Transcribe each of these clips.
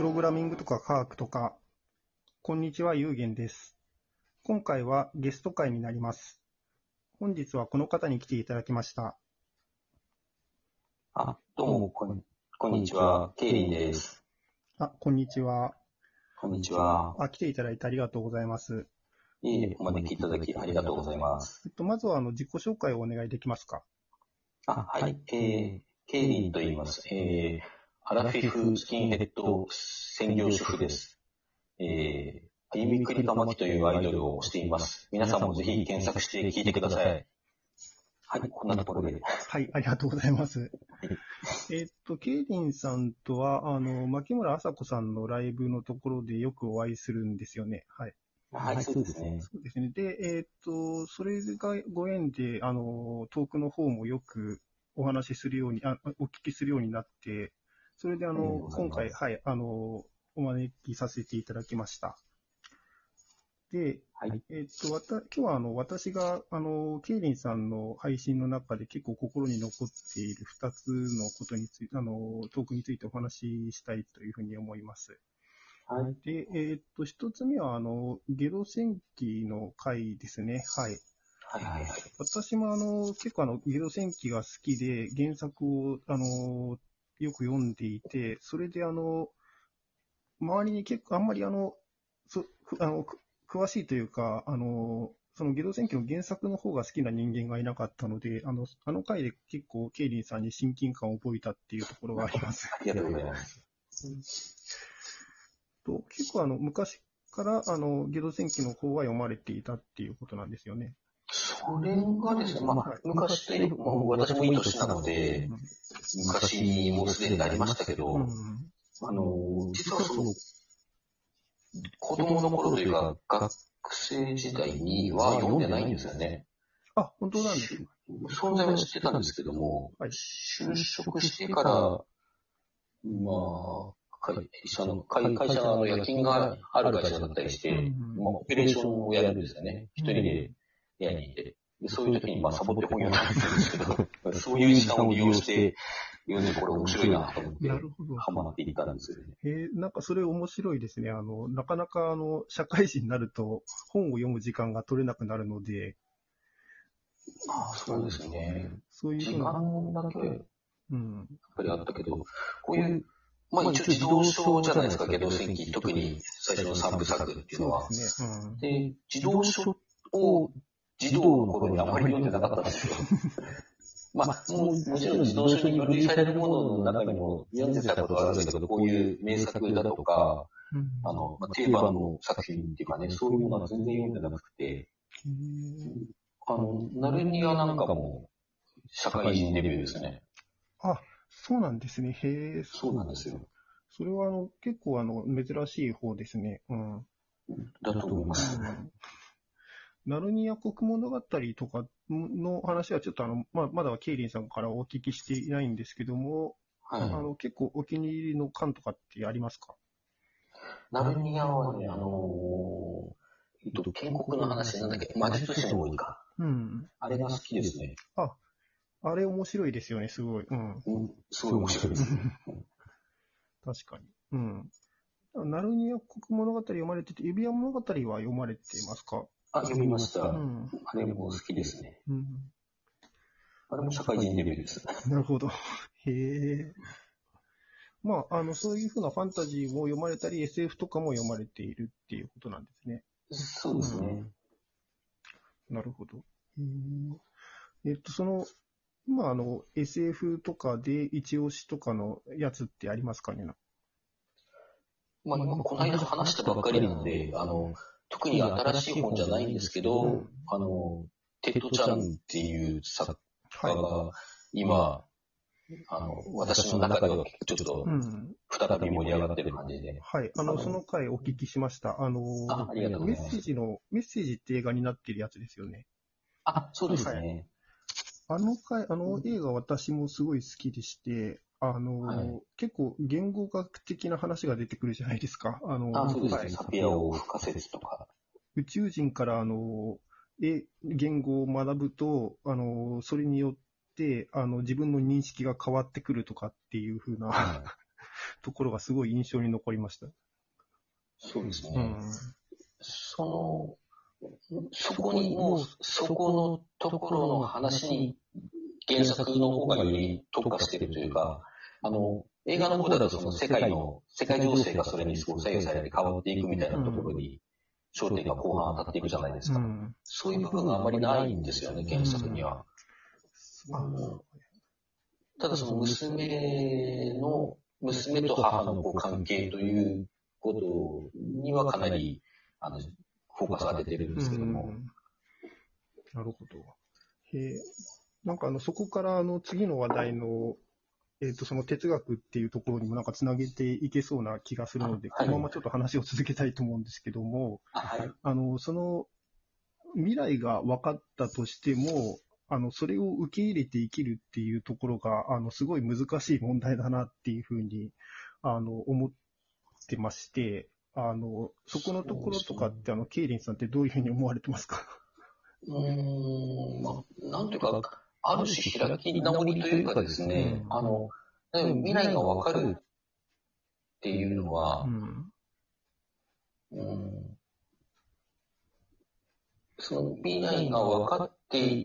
ログラミングとか科学とか、こんにちは、ゆうげんです。今回はゲスト会になります。本日はこの方に来ていただきました。 どうも、こんにちは。ケイリンです。 こんにちは。 こんにちは。 来ていただいてありがとうございます。 いえ、お招きいただきありがとうございます。 まずは自己紹介をお願いできますか。 はい。ケイリンと言います。アラフィフスキンヘッド専業主婦です。あゆみくりかまきというアイドルをしています。皆さんもぜひ検索して聞いてください。はい、こんなところで。 はい、ありがとうございます。ケイリンさんとは、牧村あさこさんのライブのところでよくお会いするんですよね。はい。 はい、そうですね。 そうですね。で、それがご縁で、トークの方もよくお話しするように、お聞きするようになって、それで、今回、はい、お招きさせていただきました。で、 はい、 今日は私がケイリンさんの配信の中で結構心に残っている2つのことについて、トークについてお話ししたいというふうに思います。 はい。 で、1つ目はゲド戦記の回ですね。はい。 はいはいはい。 私も結構ゲド戦記が好きで、原作をよく読んでいて、それで周りに結構あんまり詳しいというか、そのゲド戦記の原作の方が好きな人間がいなかったので、あの回で結構、ケイリンさんに親近感を覚えたっていうところがあります。 ありがとうございます。 結構昔からゲド戦記の方は読まれていたっていうことなんですよね。 それがですね、昔というか、私もいい年なので、昔にもうすでにありましたけど、実は子供の頃というか、学生時代には読んでないんですよね。 本当なんですか。 存在は知ってたんですけども、 はい、 就職してから、会社の夜勤がある会社だったりして、オペレーションをやるんですよね。一人で部屋にいて。でそういう時にサボって本読んだりするんですけど、そういう時間を利用して読んでこれ面白いなと思って、ハマっていったんですよね。 なんかそれ面白いですね。なかなか社会人になると本を読む時間が取れなくなるので。 そうですね。 そういう時間だけ、やっぱりあったけど、こういう、一応児童書じゃないですか、ゲド戦記、特に最初の3部作っていうのは。で、児童書を児童の頃にあまり読んでなかったんですよ。もちろん児童書に分類されるものの中にも読んでたことはあるんですけど、こういう名作だとか、定番の作品っていうかね、そういうものは全然読んでなくて、ナルニアなんかも社会人デビューですね。 そうなんですね。へえ。 そうなんですよ。 それは結構珍しい方ですね。 だと思います。 ナルニア国物語とかの話はちょっとまだケイリンさんからお聞きしていないんですけども、結構お気に入りの巻とかってありますか？ ナルニアはね、建国の話なんだっけ、魔術師の多いか。あれが好きですね。 あれ面白いですよね、すごい。 すごい面白いです。 確かに。ナルニア国物語読まれてて、指輪物語は読まれてますか？ 読みました。あれも好きですね。あれも社会人デビューです。 なるほど。へえ。そういうふうなファンタジーを読まれたり、SF とかも読まれているっていうことなんですね。 そうですね。 なるほど。今SF とかで一押しとかのやつってありますかね？ 今この間話したばっかりなので、特に新しい本じゃないんですけど、テッドちゃんっていう作家が今、私の中ではちょっと再び盛り上がってる感じで。 はい。その回お聞きしました。 ありがとうございます。 メッセージって映画になってるやつですよね。 そうですね。 あの映画私もすごい好きでして、結構言語学的な話が出てくるじゃないですか。 そうですね。サピアを不可説とか。 宇宙人から言語を学ぶと、それによって、自分の認識が変わってくるとかっていう風な、 ところがすごい印象に残りました。 そうですね。そこにもう、そこのところの話に原作の方がより特化しているというか、映画の方だとその世界情勢がそれにすごく左右されて変わっていくみたいなところに、焦点が後半当たっていくじゃないですか。そういう部分があんまりないんですよね、原作には。ただその娘と母の関係ということにはかなり、フォーカスが出てるんですけども。 なるほど。なんかそこから次の話題の、その哲学っていうところにもなんかつなげていけそうな気がするので、このままちょっと話を続けたいと思うんですけども、その未来が分かったとしても、それを受け入れて生きるっていうところが、すごい難しい問題だなっていうふうに、思ってまして、そこのところとかって、ケイリンさんってどういうふうに思われてますか？ なんというか、ある種開き直りというかですね、未来がわかるっていうのは、その未来が分かって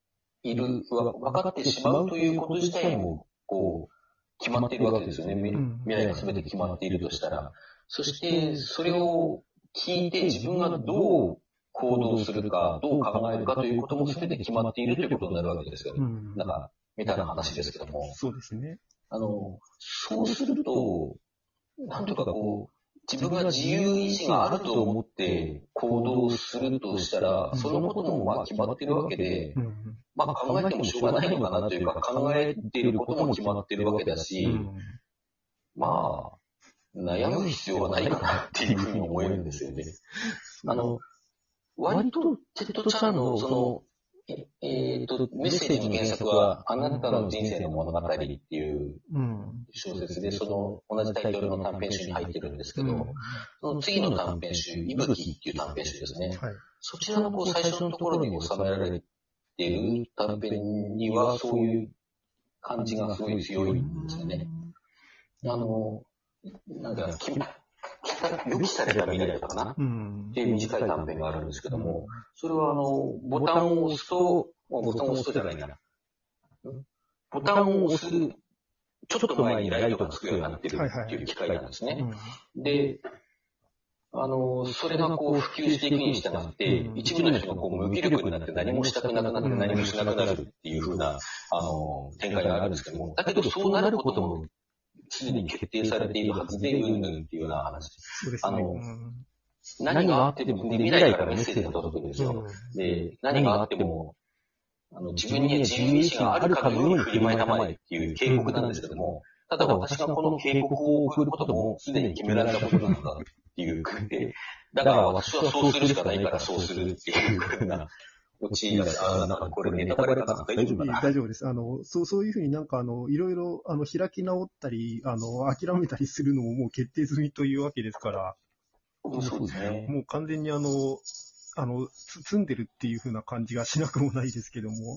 しまうということ自体も、決まっているわけですよね。未来が全て決まっているとしたら。そして、それを聞いて自分がどう行動するか、どう考えるかということも全て決まっているということになるわけですよね。なんか、みたいな話ですけども。 そうですね。 そうすると、なんというか自分が自由意志があると思って行動するとしたら、そのことも決まっているわけで、考えてもしょうがないのかなというか、考えていることも決まっているわけだし、悩む必要はないかなっていうふうに思えるんですよね。割と、テッドちゃんの、メッセージの原作は、あなたの人生の物語っていう小説で、同じタイトルの短編集に入ってるんですけど、その次の短編集、いぶきっていう短編集ですね。そちらの最初のところに収められている短編には、そういう感じがすごい強いんですよね。なんか、予期された未来だったかなっていう短い短編があるんですけども、それはボタンを押すじゃないな。ボタンを押す、ちょっと前にライトがつくようになってるっていう機械なんですね。で、それが普及していくに従って、一部の人が無気力になって何もしたくなくなって何もしなくなるっていう風な、展開があるんですけども、だけどそうなることもすでに決定されているはずで、うんぬんっていうような話。何があっても、未来からメッセージが届くんですよ。で、何があっても、自分には自由意志があるかのように振りまいたまえっていう警告なんですけども、ただ私がこの警告を送ることもすでに決められたことなんだっていうで、だから私はそうするしかないからそうするっていうふうな、これネタバレかな？大丈夫かな？ 大丈夫です。そういうふうになんかいろいろ開き直ったり、諦めたりするのももう決定済みというわけですから、 そうですね。 もう完全に積んでるっていうふうな感じがしなくもないですけども。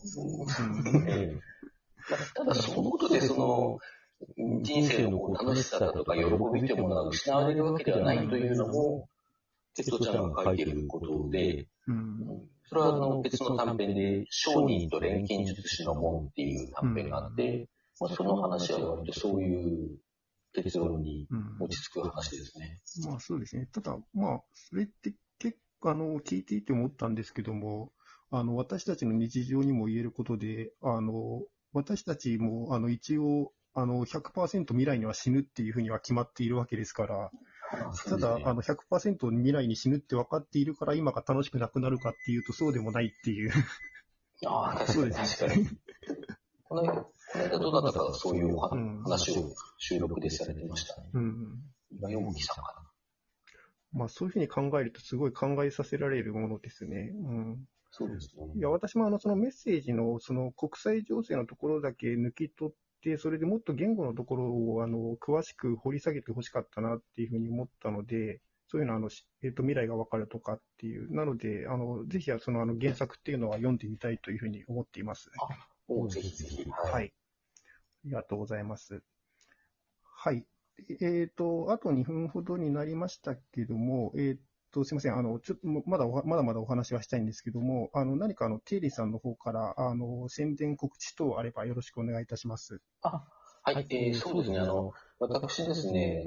ただそのことで人生の楽しさだとか喜びというものが失われるわけではないというのも、テッドちゃんが書いていることで、それは別の短編で、商人と錬金術師の門っていう短編があって、その話は割とそういう結論に落ち着く話ですね。 そうですね。ただ、それって結構聞いていて思ったんですけども、私たちの日常にも言えることで、私たちも一応100% 未来には死ぬっていうふうには決まっているわけですから、ただ100% 未来に死ぬって分かっているから今が楽しくなくなるかっていうとそうでもないっていう。 確かに。この間どなたかそういう話を収録でされてましたね。今、ヨモキさんかな。そういうふうに考えるとすごい考えさせられるものですね。 そうですね。 いや、私もそのメッセージの国際情勢のところだけ抜き取って、それでもっと言語のところを詳しく掘り下げてほしかったなっていうふうに思ったので、そういうのは未来がわかるとかっていう。なので、ぜひその原作っていうのは読んでみたいというふうに思っています。 ぜひぜひ。 はい。ありがとうございます。はい。 あと2分ほどになりましたけども、すいません。ちょっと、まだまだお話はしたいんですけども、何かテイリーさんの方から、宣伝告知等あればよろしくお願いいたします。 あ、はい、そうですね。私ですね、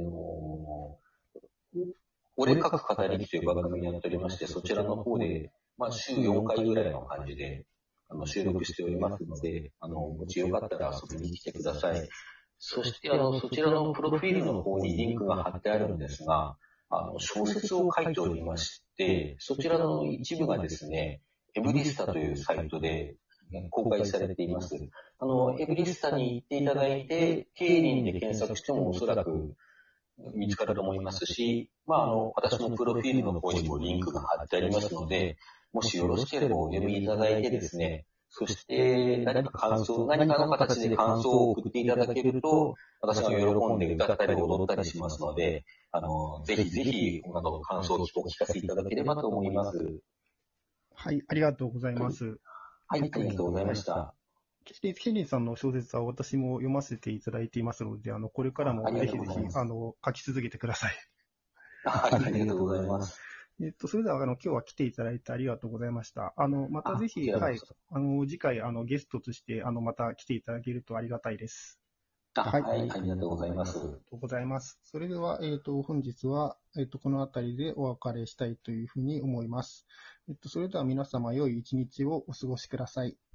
俺書く語りという番組をやっておりまして、そちらの方で、週4回ぐらいの感じで、収録しておりますので、もしよかったら遊びに来てください。そして、そちらのプロフィールの方にリンクが貼ってあるんですが、小説を書いておりまして、そちらの一部がですね、エブリスタというサイトで公開されています。エブリスタに行っていただいて、経理で検索してもおそらく見つかると思いますし、私のプロフィールの方にもリンクが貼ってありますので、もしよろしければお読みいただいてですね、そして何かの形で感想を送っていただけると、私が喜んで歌ったり踊ったりしますので、ぜひぜひ、感想をお聞かせいただければと思います。 はい、ありがとうございます。 はい、ありがとうございました。 ケリーさんの小説は私も読ませていただいていますので、これからもぜひぜひ、書き続けてください。 はい、ありがとうございます。 それでは、今日は来ていただいてありがとうございました。またぜひ、はい、次回、ゲストとして、また来ていただけるとありがたいです。 はい、ありがとうございます。ありがとうございます。それでは、本日は、この辺りでお別れしたいというふうに思います。それでは皆様、良い一日をお過ごしください。